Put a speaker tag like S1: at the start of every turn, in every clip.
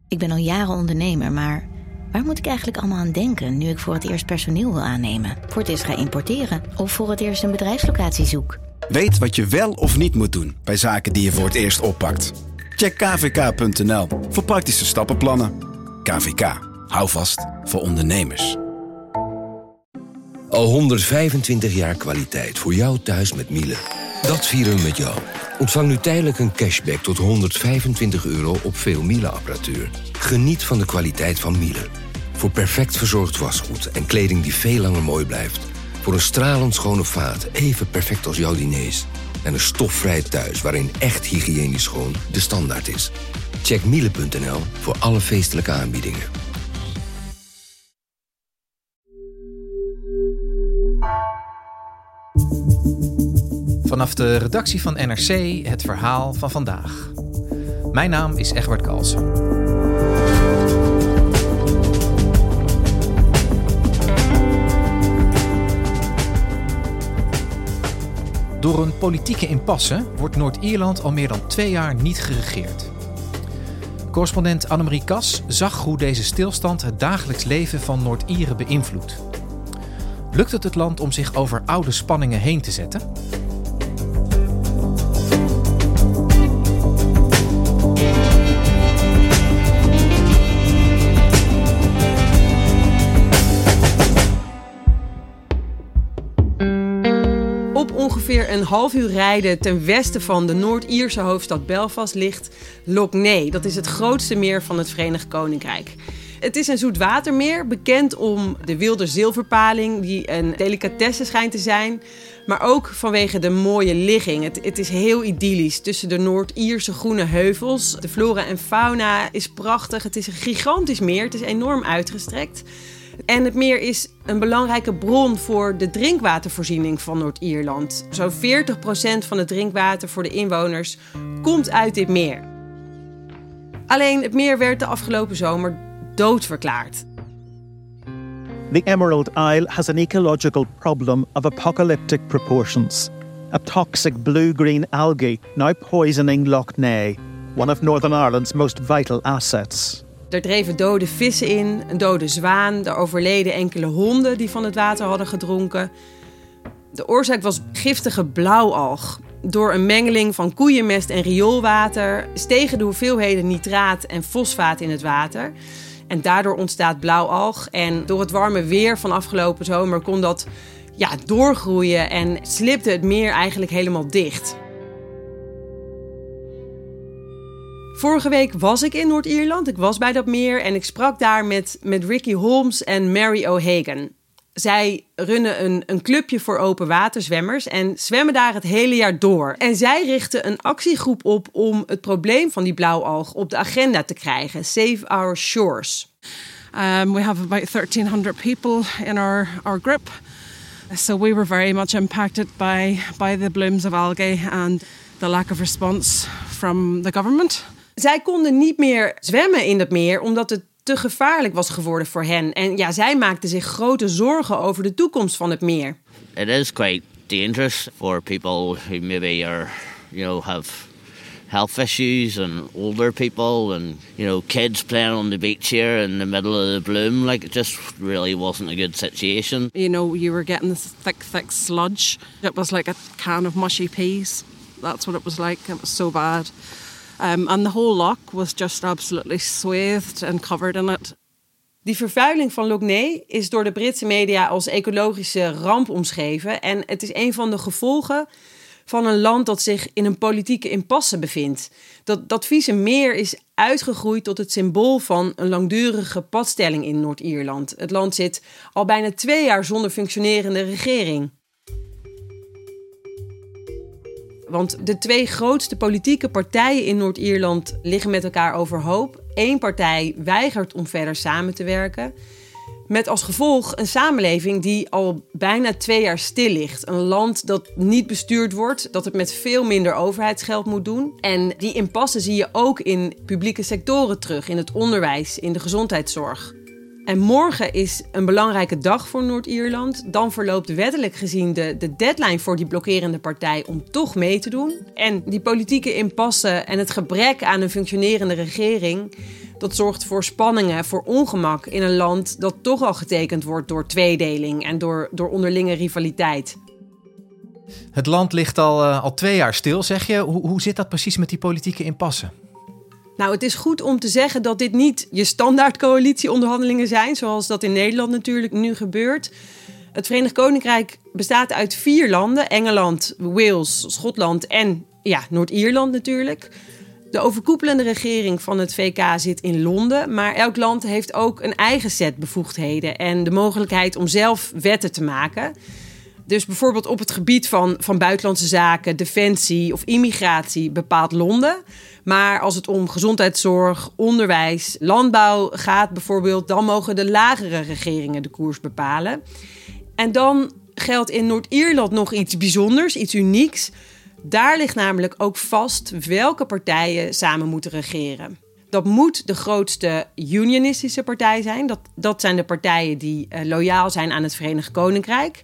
S1: Ik ben al jaren ondernemer, maar waar moet ik eigenlijk allemaal aan denken nu ik voor het eerst personeel wil aannemen, voor het eerst ga importeren of voor het eerst een bedrijfslocatie zoek?
S2: Weet wat je wel of niet moet doen bij zaken die je voor het eerst oppakt. Check kvk.nl voor praktische stappenplannen. KVK, hou vast voor ondernemers.
S3: Al 125 jaar kwaliteit voor jou thuis met Miele. Dat vieren we met jou. Ontvang nu tijdelijk een cashback tot €125 op veel Miele-apparatuur. Geniet van de kwaliteit van Miele. Voor perfect verzorgd wasgoed en kleding die veel langer mooi blijft. Voor een stralend schone vaat, even perfect als jouw diners. En een stofvrij thuis waarin echt hygiënisch schoon de standaard is. Check miele.nl voor alle feestelijke aanbiedingen.
S4: Vanaf de redactie van NRC het verhaal van vandaag. Mijn naam is Egbert Kalsen. Door een politieke impasse wordt Noord-Ierland al meer dan 2 jaar niet geregeerd. Correspondent Annemarie Kas zag hoe deze stilstand het dagelijks leven van Noord-Ieren beïnvloedt. Lukt het land om zich over oude spanningen heen te zetten?
S5: Op ongeveer een half uur rijden ten westen van de Noord-Ierse hoofdstad Belfast ligt Lough Neagh. Dat is het grootste meer van het Verenigd Koninkrijk. Het is een zoetwatermeer, bekend om de wilde zilverpaling, die een delicatesse schijnt te zijn. Maar ook vanwege de mooie ligging. Het is heel idyllisch tussen de Noord-Ierse groene heuvels. De flora en fauna is prachtig. Het is een gigantisch meer. Het is enorm uitgestrekt. En het meer is een belangrijke bron voor de drinkwatervoorziening van Noord-Ierland. Zo'n 40% van het drinkwater voor de inwoners komt uit dit meer. Alleen het meer werd de afgelopen zomer doodverklaard.
S6: The Emerald Isle has an ecological problem of apocalyptic proportions. A toxic blue-green algae now poisoning Lough Neagh, one of Northern Ireland's most vital assets.
S5: Er dreven dode vissen in, een dode zwaan, er overleden enkele honden die van het water hadden gedronken. De oorzaak was giftige blauwalg. Door een mengeling van koeienmest en rioolwater stegen de hoeveelheden nitraat en fosfaat in het water. En daardoor ontstaat blauwalg. En door het warme weer van afgelopen zomer kon dat doorgroeien en slipte het meer eigenlijk helemaal dicht. Vorige week was ik in Noord-Ierland. Ik was bij dat meer en ik sprak daar met Ricky Holmes en Mary O'Hagan. Zij runnen een clubje voor open waterzwemmers en zwemmen daar het hele jaar door. En zij richten een actiegroep op om het probleem van die blauwalg op de agenda te krijgen. Save Our Shores.
S7: We have about 1,300 people in our group. So we were very much impacted by the blooms of algae and the lack of response from the government.
S5: Zij konden niet meer zwemmen in dat meer omdat het te gevaarlijk was geworden voor hen. En zij maakten zich grote zorgen over de toekomst van het meer.
S8: It is quite dangerous for people who maybe are, have health issues and older people and, kids playing on the beach here in the middle of the bloom. Like, it just really wasn't a good situation.
S7: You were getting this thick sludge. It was like a can of mushy peas. That's what it was like. It was so bad. And the whole loch was just absolutely swathed and covered in it.
S5: Die vervuiling van Lough Neagh is door de Britse media als ecologische ramp omschreven. En het is een van de gevolgen van een land dat zich in een politieke impasse bevindt. Dat vieze meer is uitgegroeid tot het symbool van een langdurige padstelling in Noord-Ierland. Het land zit al bijna 2 jaar zonder functionerende regering. Want de 2 grootste politieke partijen in Noord-Ierland liggen met elkaar overhoop. 1 partij weigert om verder samen te werken. Met als gevolg een samenleving die al bijna 2 jaar stil ligt. Een land dat niet bestuurd wordt, dat het met veel minder overheidsgeld moet doen. En die impasse zie je ook in publieke sectoren terug, in het onderwijs, in de gezondheidszorg. En morgen is een belangrijke dag voor Noord-Ierland. Dan verloopt wettelijk gezien de deadline voor die blokkerende partij om toch mee te doen. En die politieke impasse en het gebrek aan een functionerende regering Dat zorgt voor spanningen, voor ongemak in een land dat toch al getekend wordt door tweedeling en door onderlinge rivaliteit.
S4: Het land ligt al 2 jaar stil, zeg je. Hoe zit dat precies met die politieke impasse?
S5: Nou, het is goed om te zeggen dat dit niet je standaard coalitieonderhandelingen zijn, zoals dat in Nederland natuurlijk nu gebeurt. Het Verenigd Koninkrijk bestaat uit 4 landen. Engeland, Wales, Schotland en Noord-Ierland natuurlijk. De overkoepelende regering van het VK zit in Londen. Maar elk land heeft ook een eigen set bevoegdheden en de mogelijkheid om zelf wetten te maken. Dus bijvoorbeeld op het gebied van buitenlandse zaken, defensie of immigratie bepaalt Londen. Maar als het om gezondheidszorg, onderwijs, landbouw gaat bijvoorbeeld, dan mogen de lagere regeringen de koers bepalen. En dan geldt in Noord-Ierland nog iets bijzonders, iets unieks. Daar ligt namelijk ook vast welke partijen samen moeten regeren. Dat moet de grootste unionistische partij zijn. Dat zijn de partijen die loyaal zijn aan het Verenigd Koninkrijk.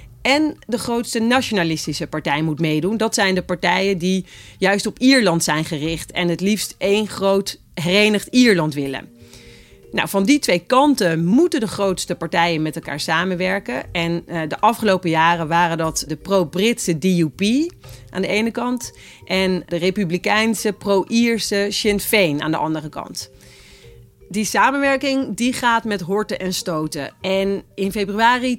S5: En de grootste nationalistische partij moet meedoen. Dat zijn de partijen die juist op Ierland zijn gericht en het liefst 1 groot herenigd Ierland willen. Nou, van die 2 kanten moeten de grootste partijen met elkaar samenwerken. En de afgelopen jaren waren dat de pro-Britse DUP aan de ene kant en de republikeinse pro-Ierse Sinn Féin aan de andere kant. Die samenwerking die gaat met horten en stoten. En in februari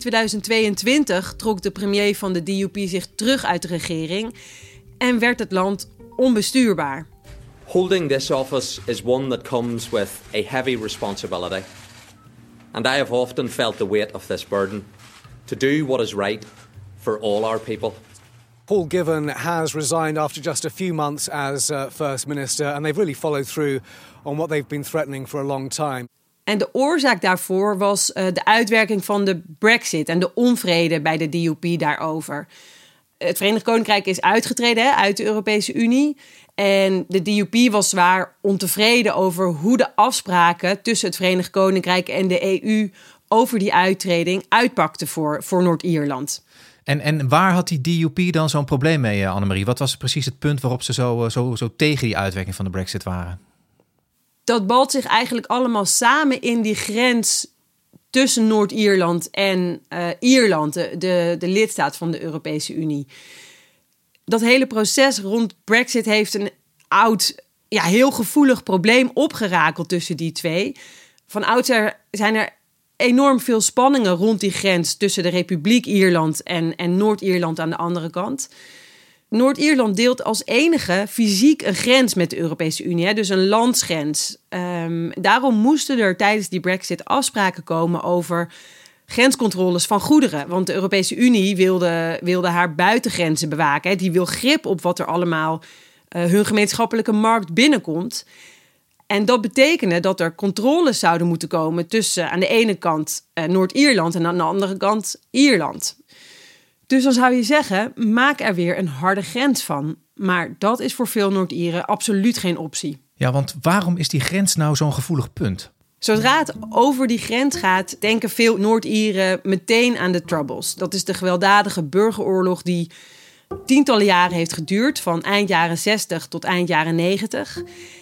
S5: 2022 trok de premier van de DUP zich terug uit de regering en werd het land onbestuurbaar.
S9: Holding this office is one that comes with a heavy responsibility. And I have often felt the weight of this burden to do what is right for all our people.
S10: Paul Given has resigned after just a few months as First Minister, and they've really followed through on what they've been threatening for a long time.
S5: En de oorzaak daarvoor was de uitwerking van de Brexit en de onvrede bij de DUP daarover. Het Verenigd Koninkrijk is uitgetreden uit de Europese Unie. En de DUP was zwaar ontevreden over hoe de afspraken tussen het Verenigd Koninkrijk en de EU over die uittreding uitpakten voor Noord-Ierland.
S4: En waar had die DUP dan zo'n probleem mee, Annemarie? Wat was precies het punt waarop ze zo tegen die uitwerking van de Brexit waren?
S5: Dat balt zich eigenlijk allemaal samen in die grens tussen Noord-Ierland en Ierland, de lidstaat van de Europese Unie. Dat hele proces rond Brexit heeft een oud, heel gevoelig probleem opgerakeld tussen die 2. Van oudsher zijn er enorm veel spanningen rond die grens tussen de Republiek Ierland en Noord-Ierland aan de andere kant. Noord-Ierland deelt als enige fysiek een grens met de Europese Unie, dus een landsgrens. Daarom moesten er tijdens die Brexit afspraken komen over grenscontroles van goederen. Want de Europese Unie wilde haar buitengrenzen bewaken. Die wil grip op wat er allemaal hun gemeenschappelijke markt binnenkomt. En dat betekende dat er controles zouden moeten komen tussen aan de ene kant Noord-Ierland en aan de andere kant Ierland. Dus dan zou je zeggen, maak er weer een harde grens van. Maar dat is voor veel Noord-Ieren absoluut geen optie.
S4: Ja, want waarom is die grens nou zo'n gevoelig punt?
S5: Zodra het over die grens gaat, denken veel Noord-Ieren meteen aan de Troubles. Dat is de gewelddadige burgeroorlog die tientallen jaren heeft geduurd, van eind jaren 60 tot eind jaren 90.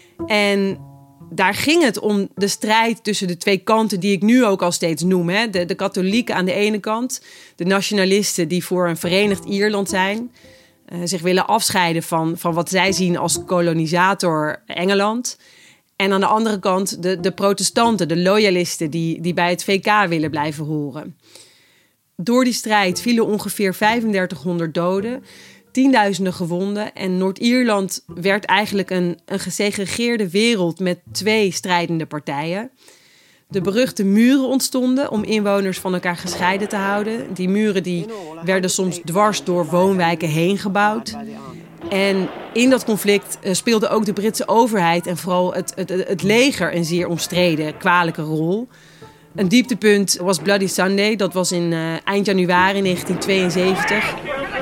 S5: En daar ging het om de strijd tussen de 2 kanten die ik nu ook al steeds noem. Hè. De katholieken aan de ene kant, de nationalisten die voor een verenigd Ierland zijn, zich willen afscheiden van wat zij zien als kolonisator Engeland. En aan de andere kant de protestanten, de loyalisten die bij het VK willen blijven horen. Door die strijd vielen ongeveer 3500 doden, tienduizenden gewonden. En Noord-Ierland werd eigenlijk een gesegregeerde wereld met 2 strijdende partijen. De beruchte muren ontstonden om inwoners van elkaar gescheiden te houden. Die muren die werden soms dwars door woonwijken heen gebouwd. En in dat conflict speelde ook de Britse overheid en vooral het leger een zeer omstreden, kwalijke rol. Een dieptepunt was Bloody Sunday. Dat was in eind januari 1972.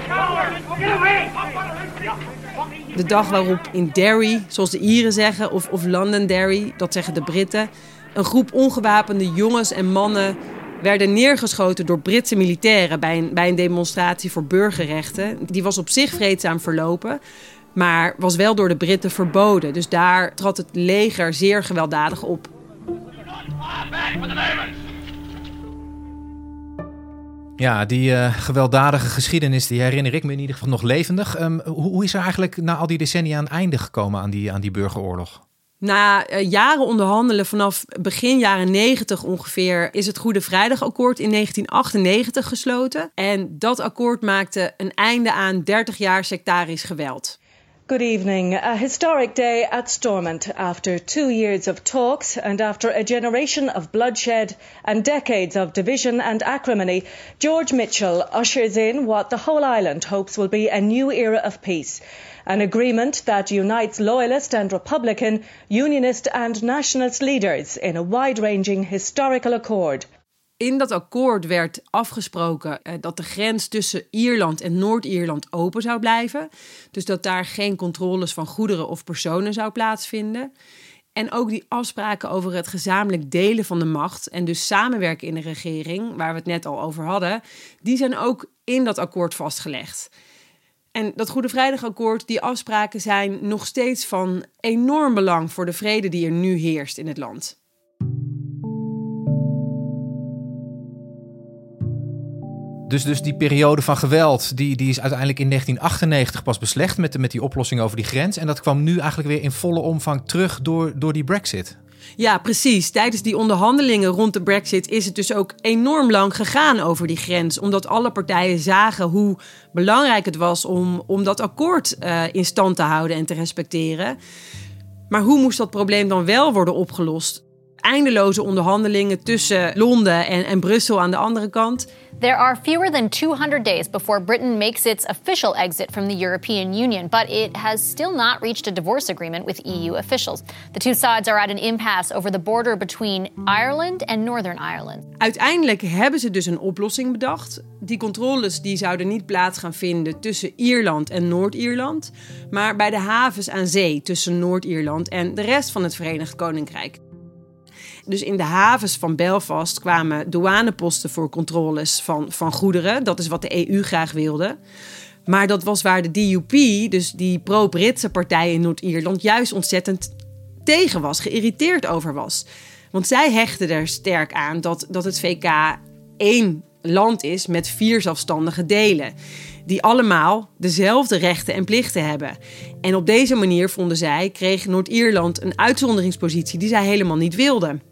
S5: De dag waarop in Derry, zoals de Ieren zeggen, of Londonderry, dat zeggen de Britten, een groep ongewapende jongens en mannen werden neergeschoten door Britse militairen bij een demonstratie voor burgerrechten. Die was op zich vreedzaam verlopen. maar was wel door de Britten verboden. Dus daar trad het leger zeer gewelddadig op.
S4: Ja, die gewelddadige geschiedenis die herinner ik me in ieder geval nog levendig. Hoe is er eigenlijk na al die decennia een einde gekomen aan die burgeroorlog?
S5: Na jaren onderhandelen, vanaf begin jaren 90 ongeveer, is het Goede Vrijdagakkoord in 1998 gesloten. En dat akkoord maakte een einde aan 30 jaar sectarisch geweld.
S11: Good evening. A historic day at Stormont after 2 years of talks and after a generation of bloodshed and decades of division and acrimony, George Mitchell ushers in what the whole island hopes will be a new era of peace. An agreement that unites Loyalist and Republican, Unionist and Nationalist leaders in a wide-ranging historical accord.
S5: In dat akkoord werd afgesproken dat de grens tussen Ierland en Noord-Ierland open zou blijven. Dus dat daar geen controles van goederen of personen zou plaatsvinden. En ook die afspraken over het gezamenlijk delen van de macht en dus samenwerken in de regering, waar we het net al over hadden, die zijn ook in dat akkoord vastgelegd. En dat Goede Vrijdagakkoord, die afspraken zijn nog steeds van enorm belang voor de vrede die er nu heerst in het land.
S4: Dus die periode van geweld, die is uiteindelijk in 1998 pas beslecht met die oplossing over die grens. En dat kwam nu eigenlijk weer in volle omvang terug door die Brexit.
S5: Ja, precies. Tijdens die onderhandelingen rond de Brexit is het dus ook enorm lang gegaan over die grens. Omdat alle partijen zagen hoe belangrijk het was om dat akkoord in stand te houden en te respecteren. Maar hoe moest dat probleem dan wel worden opgelost? Eindeloze onderhandelingen tussen Londen en Brussel aan de andere kant.
S12: There are fewer than 200 days before Britain makes its official exit from the European Union, but it has still not reached a divorce agreement with EU officials. The two sides are at an impasse over the border between Ireland and Northern Ireland.
S5: Uiteindelijk hebben ze dus een oplossing bedacht. Die controles die zouden niet plaats gaan vinden tussen Ierland en Noord-Ierland, maar bij de havens aan zee tussen Noord-Ierland en de rest van het Verenigd Koninkrijk. Dus in de havens van Belfast kwamen douaneposten voor controles van goederen. Dat is wat de EU graag wilde. Maar dat was waar de DUP, dus die pro-Britse partij in Noord-Ierland, juist ontzettend tegen was, geïrriteerd over was. Want zij hechten er sterk aan dat het VK één land is met 4 zelfstandige delen, die allemaal dezelfde rechten en plichten hebben. En op deze manier, vonden zij, kreeg Noord-Ierland een uitzonderingspositie die zij helemaal niet wilden.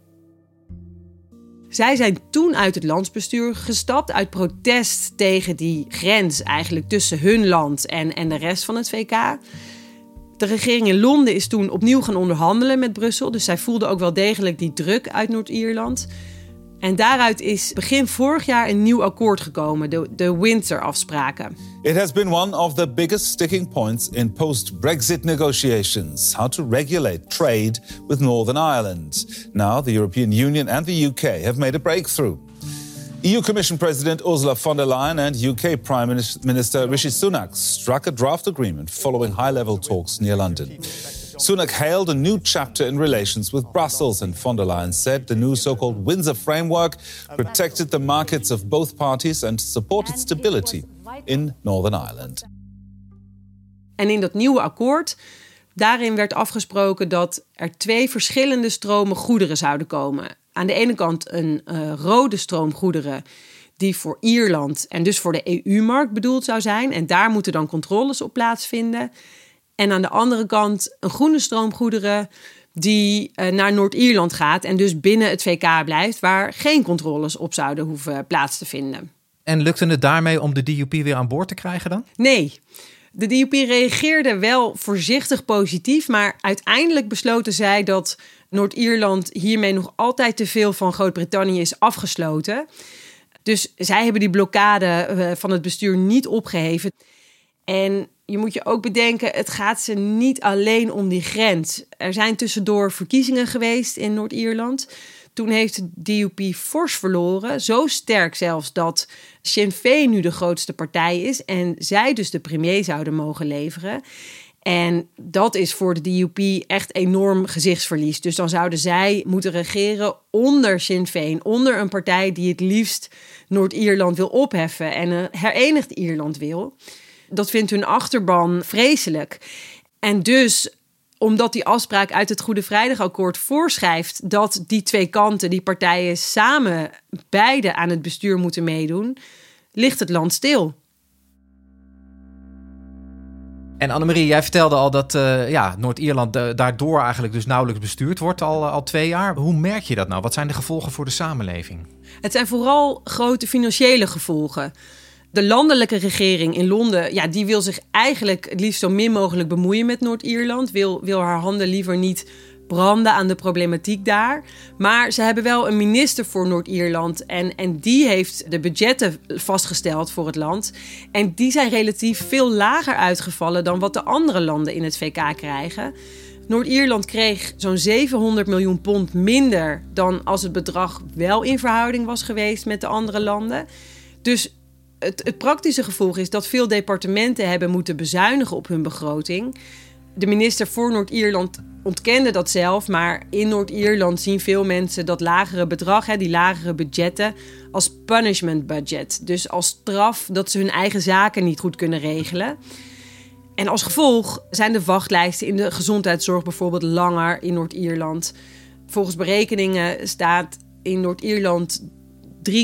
S5: Zij zijn toen uit het landsbestuur gestapt uit protest tegen die grens eigenlijk tussen hun land en de rest van het VK. De regering in Londen is toen opnieuw gaan onderhandelen met Brussel. Dus zij voelden ook wel degelijk die druk uit Noord-Ierland. En daaruit is begin vorig jaar een nieuw akkoord gekomen, de Windsor-afspraken.
S13: It has been one of the biggest sticking points in post-Brexit negotiations, how to regulate trade with Northern Ireland. Now the European Union and the UK have made a breakthrough. EU Commission President Ursula von der Leyen and UK Prime Minister Rishi Sunak struck a draft agreement following high-level talks near London. Sunak hailed a new chapter in relations with Brussels, and von der Leyen said the new so-called Windsor framework protected the markets of both parties and supported stability in Northern Ireland.
S5: En in dat nieuwe akkoord, daarin werd afgesproken dat er 2 verschillende stromen goederen zouden komen. Aan de ene kant een rode stroom goederen die voor Ierland en dus voor de EU-markt bedoeld zou zijn. En daar moeten dan controles op plaatsvinden. En aan de andere kant een groene stroom goederen die naar Noord-Ierland gaat en dus binnen het VK blijft, waar geen controles op zouden hoeven plaats te vinden.
S4: En lukte het daarmee om de DUP weer aan boord te krijgen dan?
S5: Nee. De DUP reageerde wel voorzichtig positief, maar uiteindelijk besloten zij dat Noord-Ierland hiermee nog altijd te veel van Groot-Brittannië is afgesloten. Dus zij hebben die blokkade van het bestuur niet opgeheven. En je moet je ook bedenken, het gaat ze niet alleen om die grens. Er zijn tussendoor verkiezingen geweest in Noord-Ierland. Toen heeft de DUP fors verloren. Zo sterk zelfs dat Sinn Féin nu de grootste partij is en zij dus de premier zouden mogen leveren. En dat is voor de DUP echt enorm gezichtsverlies. Dus dan zouden zij moeten regeren onder Sinn Féin, onder een partij die het liefst Noord-Ierland wil opheffen en een herenigd Ierland wil. Dat vindt hun achterban vreselijk. En dus, omdat die afspraak uit het Goede Vrijdagakkoord voorschrijft dat die twee kanten, die partijen samen beide aan het bestuur moeten meedoen, ligt het land stil.
S4: En Annemarie, jij vertelde al dat Noord-Ierland daardoor eigenlijk dus nauwelijks bestuurd wordt al 2 jaar. Hoe merk je dat nou? Wat zijn de gevolgen voor de samenleving? Het
S5: zijn vooral grote financiële gevolgen. De landelijke regering in Londen, die wil zich eigenlijk het liefst zo min mogelijk bemoeien met Noord-Ierland. Wil haar handen liever niet branden aan de problematiek daar. Maar ze hebben wel een minister voor Noord-Ierland en die heeft de budgetten vastgesteld voor het land. En die zijn relatief veel lager uitgevallen dan wat de andere landen in het VK krijgen. Noord-Ierland kreeg zo'n 700 miljoen pond minder dan als het bedrag wel in verhouding was geweest met de andere landen. Dus het praktische gevolg is dat veel departementen hebben moeten bezuinigen op hun begroting. De minister voor Noord-Ierland ontkende dat zelf, maar in Noord-Ierland zien veel mensen dat lagere bedrag, die lagere budgetten, als punishment budget. Dus als straf dat ze hun eigen zaken niet goed kunnen regelen. En als gevolg zijn de wachtlijsten in de gezondheidszorg bijvoorbeeld langer in Noord-Ierland. Volgens berekeningen staat in Noord-Ierland 3,6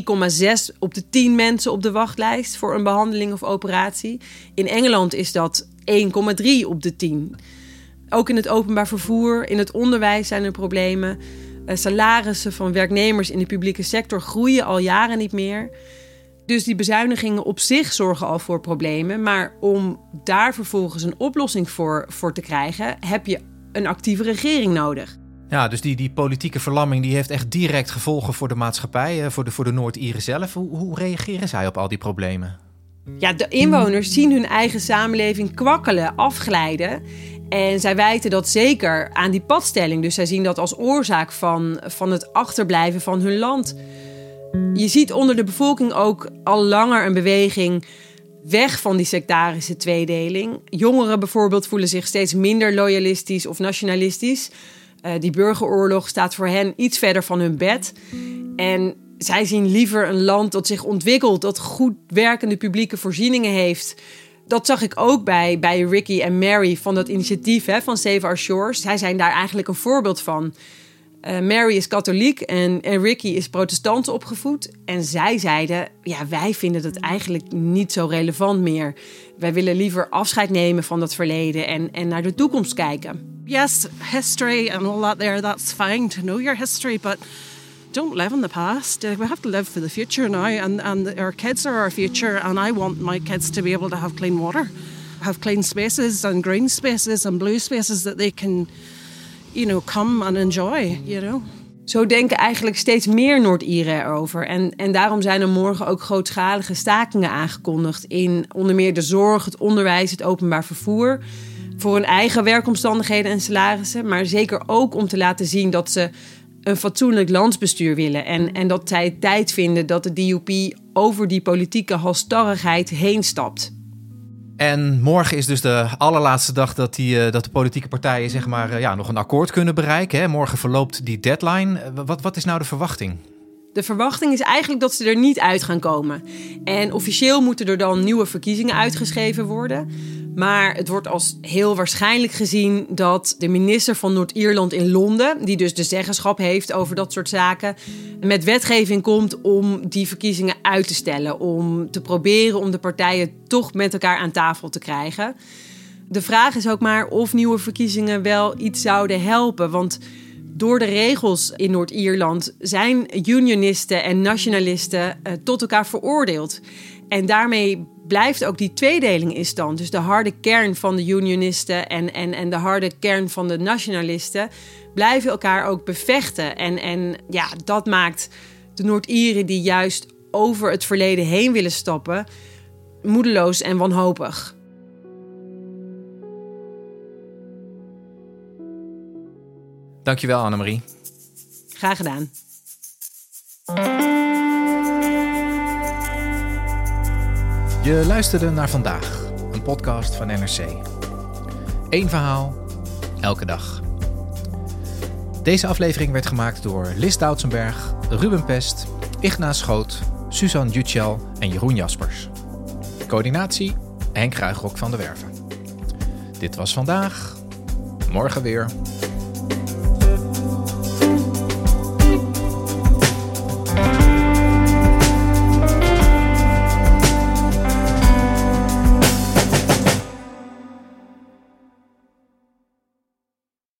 S5: op de 10 mensen op de wachtlijst voor een behandeling of operatie. In Engeland is dat 1,3 op de 10. Ook in het openbaar vervoer, in het onderwijs zijn er problemen. Salarissen van werknemers in de publieke sector groeien al jaren niet meer. Dus die bezuinigingen op zich zorgen al voor problemen. Maar om daar vervolgens een oplossing voor te krijgen, heb je een actieve regering nodig.
S4: Ja, dus die politieke verlamming die heeft echt direct gevolgen voor de maatschappij, voor de Noord-Ieren zelf. Hoe reageren zij op al die problemen?
S5: Ja, de inwoners zien hun eigen samenleving kwakkelen, afglijden. En zij wijten dat zeker aan die padstelling. Dus zij zien dat als oorzaak van het achterblijven van hun land. Je ziet onder de bevolking ook al langer een beweging weg van die sectarische tweedeling. Jongeren bijvoorbeeld voelen zich steeds minder loyalistisch of nationalistisch. Die burgeroorlog staat voor hen iets verder van hun bed. En zij zien liever een land dat zich ontwikkelt, dat goed werkende publieke voorzieningen heeft. Dat zag ik ook bij Ricky en Mary van dat initiatief van Save Our Shores. Zij zijn daar eigenlijk een voorbeeld van. Mary is katholiek en Ricky is protestant opgevoed. En zij zeiden, wij vinden dat eigenlijk niet zo relevant meer. Wij willen liever afscheid nemen van dat verleden en naar de toekomst kijken.
S7: Yes, history and all that there, that's fine to know your history, but don't live in the past. We have to live for the future now, and our kids are our future, and I want my kids to be able to have clean water, have clean spaces and green spaces and blue spaces that they can, come and enjoy,
S5: Zo denken eigenlijk steeds meer Noord-Ieren erover. En daarom zijn er morgen ook grootschalige stakingen aangekondigd in onder meer de zorg, het onderwijs, het openbaar vervoer. Voor hun eigen werkomstandigheden en salarissen, maar zeker ook om te laten zien dat ze een fatsoenlijk landsbestuur willen. En dat zij het tijd vinden dat de DUP over die politieke halsstarrigheid heen stapt.
S4: En morgen is dus de allerlaatste dag dat de politieke partijen nog een akkoord kunnen bereiken. Hè? Morgen verloopt die deadline. Wat is nou de verwachting?
S5: De verwachting is eigenlijk dat ze er niet uit gaan komen. En officieel moeten er dan nieuwe verkiezingen uitgeschreven worden. Maar het wordt als heel waarschijnlijk gezien dat de minister van Noord-Ierland in Londen, die dus de zeggenschap heeft over dat soort zaken, met wetgeving komt om die verkiezingen uit te stellen. Om te proberen om de partijen toch met elkaar aan tafel te krijgen. De vraag is ook maar of nieuwe verkiezingen wel iets zouden helpen. Want door de regels in Noord-Ierland zijn unionisten en nationalisten tot elkaar veroordeeld. En daarmee blijft ook die tweedeling in stand. Dus de harde kern van de unionisten en de harde kern van de nationalisten blijven elkaar ook bevechten. En dat maakt de Noord-Ieren die juist over het verleden heen willen stappen moedeloos en wanhopig.
S4: Dankjewel, Annemarie.
S5: Graag gedaan.
S4: Je luisterde naar Vandaag, een podcast van NRC. Eén verhaal, elke dag. Deze aflevering werd gemaakt door Lis Doutsenberg, Ruben Pest, Igna Schoot, Suzanne Jutschel en Jeroen Jaspers. Coördinatie Henk Ruigrok van de Werven. Dit was vandaag. Morgen weer.